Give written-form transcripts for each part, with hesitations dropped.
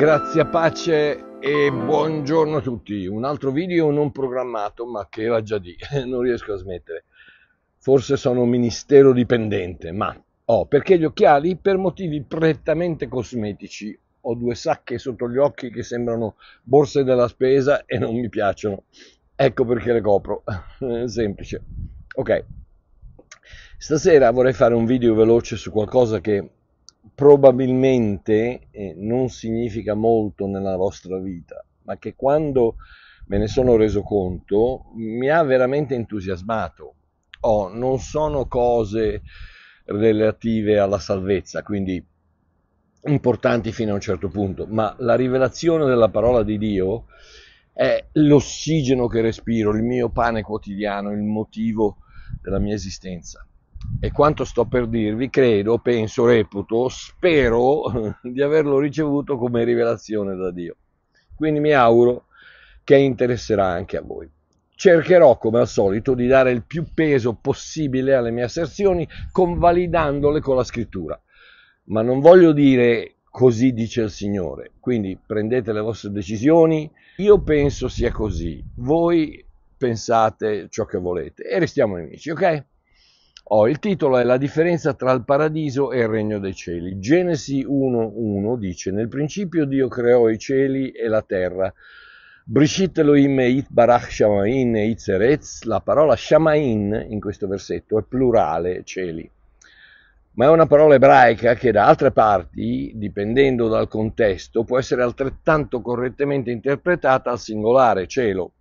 Grazia, pace e buongiorno a tutti. Un altro video non programmato, ma che va già di, non riesco a smettere. Forse sono ministero dipendente, ma perché gli occhiali? Per motivi prettamente cosmetici. Ho due sacche sotto gli occhi che sembrano borse della spesa e non mi piacciono. Ecco perché le copro. Semplice. Ok. Stasera vorrei fare un video veloce su qualcosa che probabilmente non significa molto nella vostra vita, ma che quando me ne sono reso conto mi ha veramente entusiasmato. Non sono cose relative alla salvezza, quindi importanti fino a un certo punto, ma la rivelazione della parola di Dio è l'ossigeno che respiro, il mio pane quotidiano, il motivo della mia esistenza. E quanto sto per dirvi, credo, penso, reputo, spero di averlo ricevuto come rivelazione da Dio. Quindi mi auguro che interesserà anche a voi. Cercherò, come al solito, di dare il più peso possibile alle mie asserzioni, convalidandole con la scrittura. Ma non voglio dire così dice il Signore, quindi prendete le vostre decisioni. Io penso sia così, voi pensate ciò che volete e restiamo amici, ok? Il titolo è La differenza tra il paradiso e il regno dei cieli. Genesi 1:1 dice: nel principio Dio creò i cieli e la terra. Brishit Elohim eit barach shamain eit zeretz. La parola shamain in questo versetto è plurale, cieli, ma è una parola ebraica che da altre parti, dipendendo dal contesto, può essere altrettanto correttamente interpretata al singolare, cielo.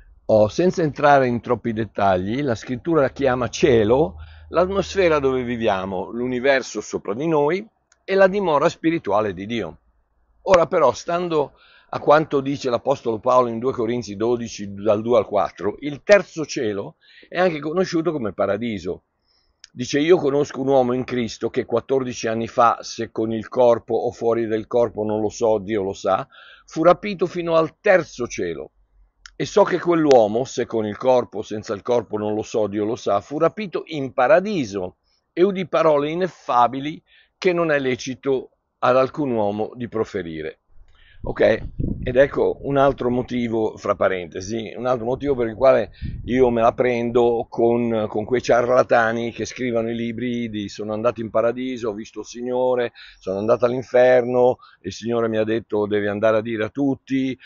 Senza entrare in troppi dettagli, la scrittura chiama cielo l'atmosfera dove viviamo, l'universo sopra di noi e la dimora spirituale di Dio. Ora però, stando a quanto dice l'Apostolo Paolo in 2 Corinzi 12, dal 2 al 4, il terzo cielo è anche conosciuto come paradiso. Dice: io conosco un uomo in Cristo che 14 anni fa, se con il corpo o fuori del corpo non lo so, Dio lo sa, fu rapito fino al terzo cielo. E so che quell'uomo, se con il corpo o senza il corpo non lo so, Dio lo sa, fu rapito in paradiso e udì parole ineffabili che non è lecito ad alcun uomo di proferire. Ok? Ed ecco un altro motivo, fra parentesi, un altro motivo per il quale io me la prendo con quei ciarlatani che scrivono i libri di sono andato in paradiso, ho visto il Signore, sono andato all'inferno, il Signore mi ha detto devi andare a dire a tutti,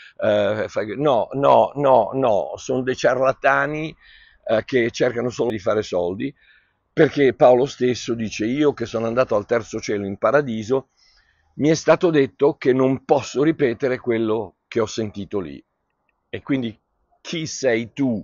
no, sono dei ciarlatani che cercano solo di fare soldi, perché Paolo stesso dice: io che sono andato al terzo cielo in paradiso, mi è stato detto che non posso ripetere quello che ho sentito lì. E quindi chi sei tu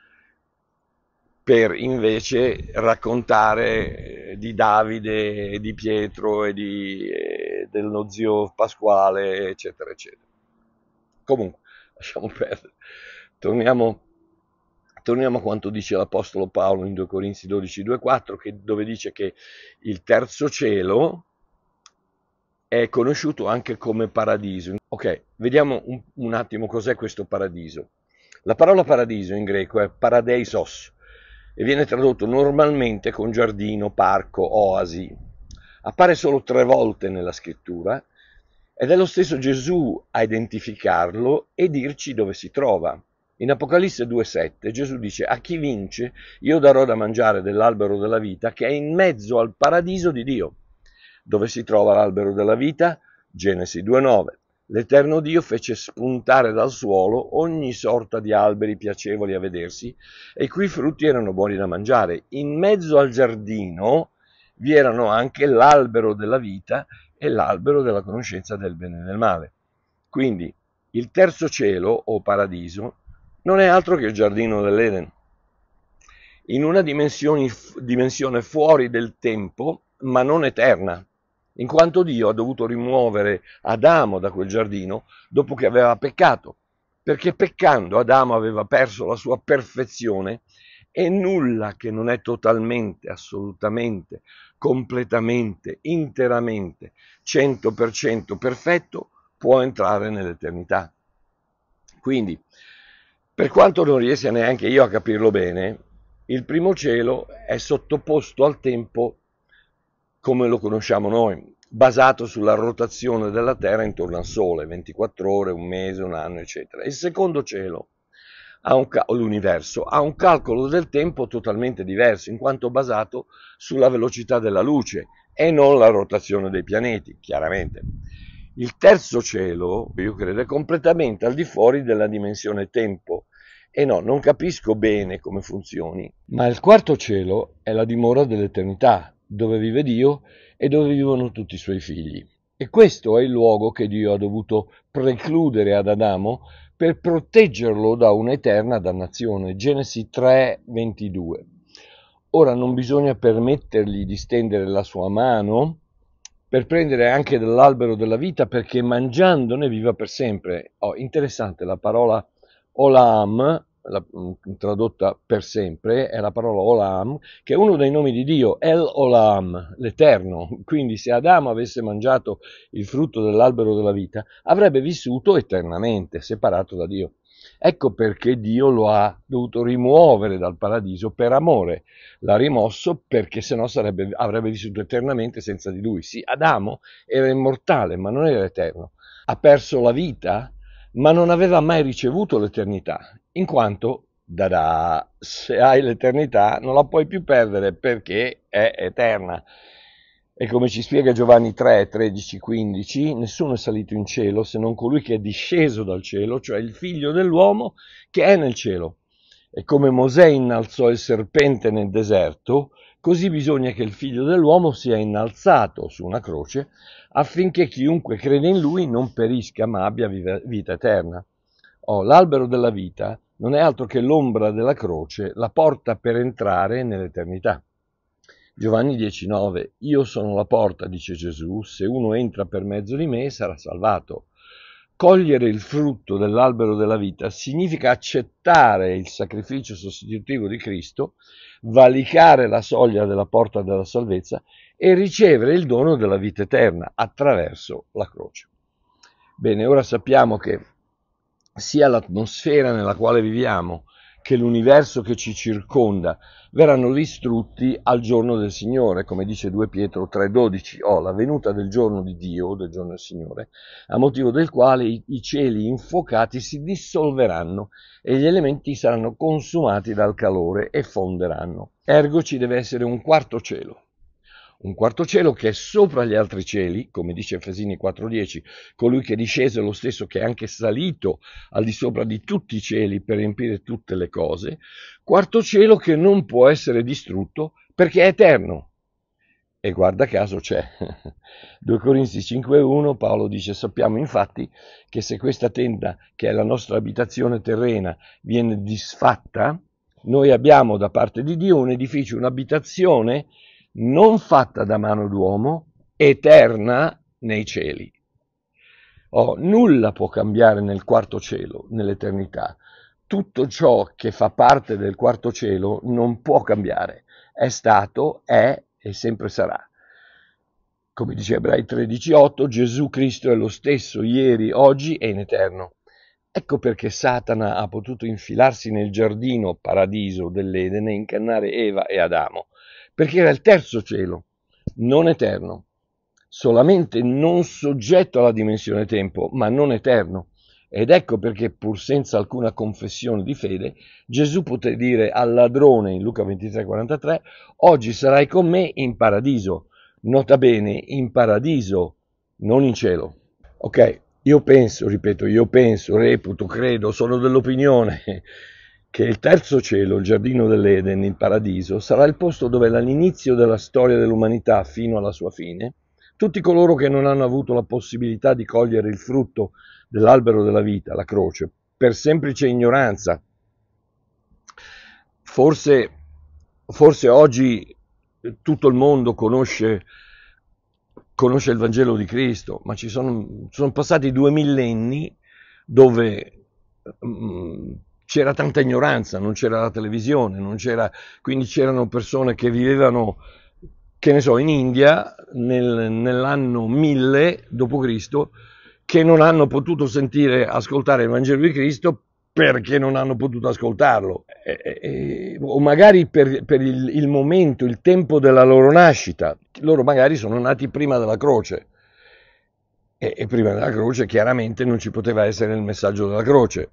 per invece raccontare di Davide, di Pietro e dello zio Pasquale, eccetera, eccetera. Comunque, lasciamo perdere. Torniamo a quanto dice l'Apostolo Paolo in 2 Corinzi 12, 2-4, dove dice che il terzo cielo è conosciuto anche come paradiso. Ok, vediamo un attimo cos'è questo paradiso. La parola paradiso in greco è paradeisos e viene tradotto normalmente con giardino, parco, oasi. Appare solo 3 volte nella scrittura ed è lo stesso Gesù a identificarlo e dirci dove si trova. In Apocalisse 2,7 Gesù dice: a chi vince io darò da mangiare dell'albero della vita che è in mezzo al paradiso di Dio. Dove si trova l'albero della vita? Genesi 2,9. L'Eterno Dio fece spuntare dal suolo ogni sorta di alberi piacevoli a vedersi e i cui frutti erano buoni da mangiare. In mezzo al giardino vi erano anche l'albero della vita e l'albero della conoscenza del bene e del male. Quindi il terzo cielo o paradiso non è altro che il giardino dell'Eden, in una dimensione fuori del tempo, ma non eterna, in quanto Dio ha dovuto rimuovere Adamo da quel giardino dopo che aveva peccato, perché peccando Adamo aveva perso la sua perfezione e nulla che non è totalmente, assolutamente, completamente, interamente, 100% perfetto può entrare nell'eternità. Quindi, per quanto non riesca neanche io a capirlo bene, il primo cielo è sottoposto al tempo come lo conosciamo noi. basato sulla rotazione della Terra intorno al Sole, 24 ore, un mese, un anno, eccetera. Il secondo cielo, l'universo, ha un calcolo del tempo totalmente diverso, in quanto basato sulla velocità della luce e non la rotazione dei pianeti, chiaramente. Il terzo cielo, io credo, è completamente al di fuori della dimensione tempo. E no, non capisco bene come funzioni, ma il quarto cielo è la dimora dell'eternità, dove vive Dio e dove vivono tutti i suoi figli. E questo è il luogo che Dio ha dovuto precludere ad Adamo per proteggerlo da un'eterna dannazione. Genesi 3:22. Ora non bisogna permettergli di stendere la sua mano per prendere anche dell'albero della vita, perché mangiandone viva per sempre. Oh, interessante, la parola Olam, tradotta per sempre, è la parola Olam, che è uno dei nomi di Dio, El Olam, l'Eterno. Quindi se Adamo avesse mangiato il frutto dell'albero della vita, avrebbe vissuto eternamente, separato da Dio. Ecco perché Dio lo ha dovuto rimuovere dal paradiso per amore. L'ha rimosso perché sennò avrebbe vissuto eternamente senza di lui. Sì, Adamo era immortale, ma non era eterno. Ha perso la vita, ma non aveva mai ricevuto l'eternità, in quanto, se hai l'eternità non la puoi più perdere perché è eterna. E come ci spiega Giovanni 3, 13, 15, nessuno è salito in cielo se non colui che è disceso dal cielo, cioè il figlio dell'uomo che è nel cielo. E come Mosè innalzò il serpente nel deserto, così bisogna che il figlio dell'uomo sia innalzato su una croce affinché chiunque crede in lui non perisca ma abbia vita eterna. L'albero della vita non è altro che l'ombra della croce, la porta per entrare nell'eternità. Giovanni 10,9. Io sono la porta, dice Gesù, se uno entra per mezzo di me sarà salvato. Cogliere il frutto dell'albero della vita significa accettare il sacrificio sostitutivo di Cristo, valicare la soglia della porta della salvezza e ricevere il dono della vita eterna attraverso la croce. Bene, ora sappiamo che sia l'atmosfera nella quale viviamo che l'universo che ci circonda verranno distrutti al giorno del Signore, come dice 2 Pietro 3,12, la venuta del giorno di Dio, del giorno del Signore, a motivo del quale i cieli infuocati si dissolveranno e gli elementi saranno consumati dal calore e fonderanno. Ergo ci deve essere un quarto cielo che è sopra gli altri cieli, come dice Efesini 4,10, colui che è disceso è lo stesso che è anche salito al di sopra di tutti i cieli per riempire tutte le cose, quarto cielo che non può essere distrutto perché è eterno. E guarda caso c'è. 2 Corinzi 5,1 Paolo dice: sappiamo infatti che se questa tenda, che è la nostra abitazione terrena, viene disfatta, noi abbiamo da parte di Dio un edificio, un'abitazione non fatta da mano d'uomo, eterna nei cieli. Nulla può cambiare nel quarto cielo, nell'eternità. Tutto ciò che fa parte del quarto cielo non può cambiare. È stato, è e sempre sarà. Come dice Ebrei 13,8, Gesù Cristo è lo stesso ieri, oggi e in eterno. Ecco perché Satana ha potuto infilarsi nel giardino paradiso dell'Eden e ingannare Eva e Adamo, perché era il terzo cielo, non eterno, solamente non soggetto alla dimensione tempo, ma non eterno. Ed ecco perché, pur senza alcuna confessione di fede, Gesù poté dire al ladrone in Luca 23,43: oggi sarai con me in paradiso. Nota bene, in paradiso, non in cielo. Ok, io penso, reputo, credo, sono dell'opinione che il terzo cielo, il giardino dell'Eden, il paradiso, sarà il posto dove dall'inizio della storia dell'umanità fino alla sua fine, tutti coloro che non hanno avuto la possibilità di cogliere il frutto dell'albero della vita, la croce, per semplice ignoranza, forse oggi tutto il mondo conosce il Vangelo di Cristo, ma sono passati 2 millenni dove c'era tanta ignoranza, non c'era la televisione, quindi c'erano persone che vivevano, che ne so, in India nell'anno 1000 d.C., che non hanno potuto ascoltare il Vangelo di Cristo perché non hanno potuto ascoltarlo, o magari per il momento, il tempo della loro nascita. Loro magari sono nati prima della croce, e prima della croce chiaramente non ci poteva essere il messaggio della croce,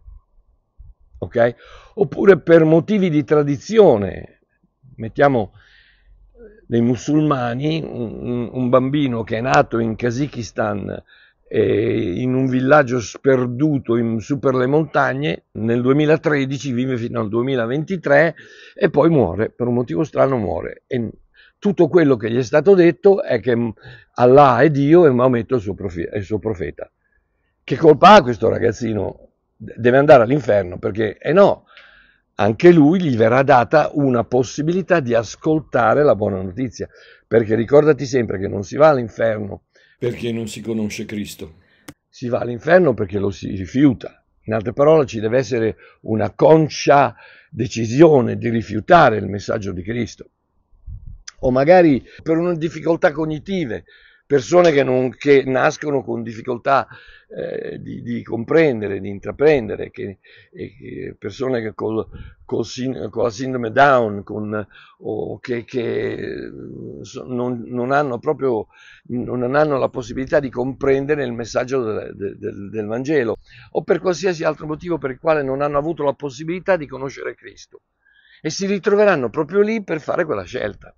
ok? Oppure per motivi di tradizione, mettiamo dei musulmani, un bambino che è nato in Kazakistan, in un villaggio sperduto su per le montagne, nel 2013 vive fino al 2023 e poi muore, per un motivo strano muore. E tutto quello che gli è stato detto è che Allah è Dio e Maometto è il suo profeta. Che colpa ha questo ragazzino? Deve andare all'inferno perché, no, anche lui gli verrà data una possibilità di ascoltare la buona notizia, perché ricordati sempre che non si va all'inferno perché non si conosce Cristo, si va all'inferno perché lo si rifiuta. In altre parole, ci deve essere una conscia decisione di rifiutare il messaggio di Cristo. O magari per una difficoltà cognitive, persone che nascono con difficoltà di comprendere, di intraprendere, persone che con la sindrome Down, o che non hanno proprio, non hanno la possibilità di comprendere il messaggio del Vangelo, o per qualsiasi altro motivo per il quale non hanno avuto la possibilità di conoscere Cristo, e si ritroveranno proprio lì per fare quella scelta.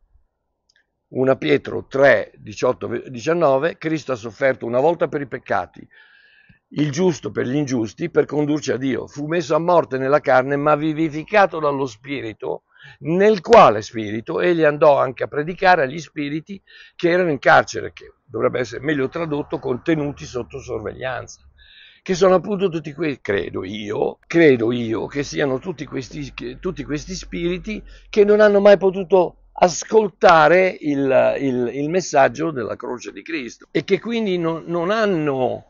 1 Pietro 3, 18, 19, Cristo ha sofferto una volta per i peccati, il giusto per gli ingiusti, per condurci a Dio. Fu messo a morte nella carne, ma vivificato dallo Spirito, nel quale Spirito egli andò anche a predicare agli spiriti che erano in carcere, che dovrebbe essere meglio tradotto contenuti sotto sorveglianza, che sono appunto tutti questi, credo io, che siano tutti questi spiriti che non hanno mai potuto ascoltare il messaggio della croce di Cristo, e che quindi non hanno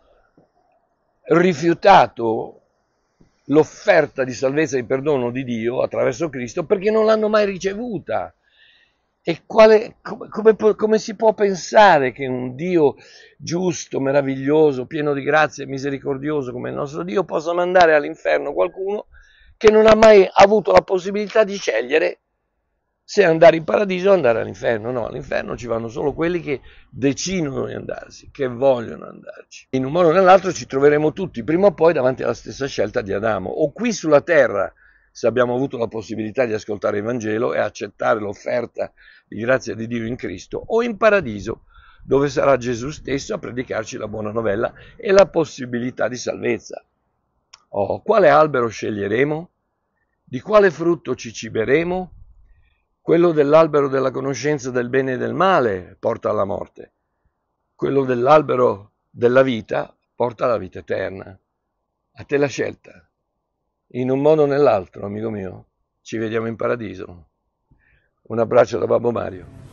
rifiutato l'offerta di salvezza e di perdono di Dio attraverso Cristo perché non l'hanno mai ricevuta. E come si può pensare che un Dio giusto, meraviglioso, pieno di grazia e misericordioso come il nostro Dio possa mandare all'inferno qualcuno che non ha mai avuto la possibilità di scegliere se andare in paradiso o andare all'inferno? No, all'inferno ci vanno solo quelli che decidono di andarsi, che vogliono andarci. In un modo o nell'altro ci troveremo tutti prima o poi davanti alla stessa scelta di Adamo, o qui sulla terra, se abbiamo avuto la possibilità di ascoltare il Vangelo e accettare l'offerta di grazia di Dio in Cristo, o in paradiso, dove sarà Gesù stesso a predicarci la buona novella e la possibilità di salvezza. Quale albero sceglieremo? Di quale frutto ci ciberemo? Quello dell'albero della conoscenza del bene e del male porta alla morte. Quello dell'albero della vita porta alla vita eterna. A te la scelta. In un modo o nell'altro, amico mio, ci vediamo in paradiso. Un abbraccio da Babbo Mario.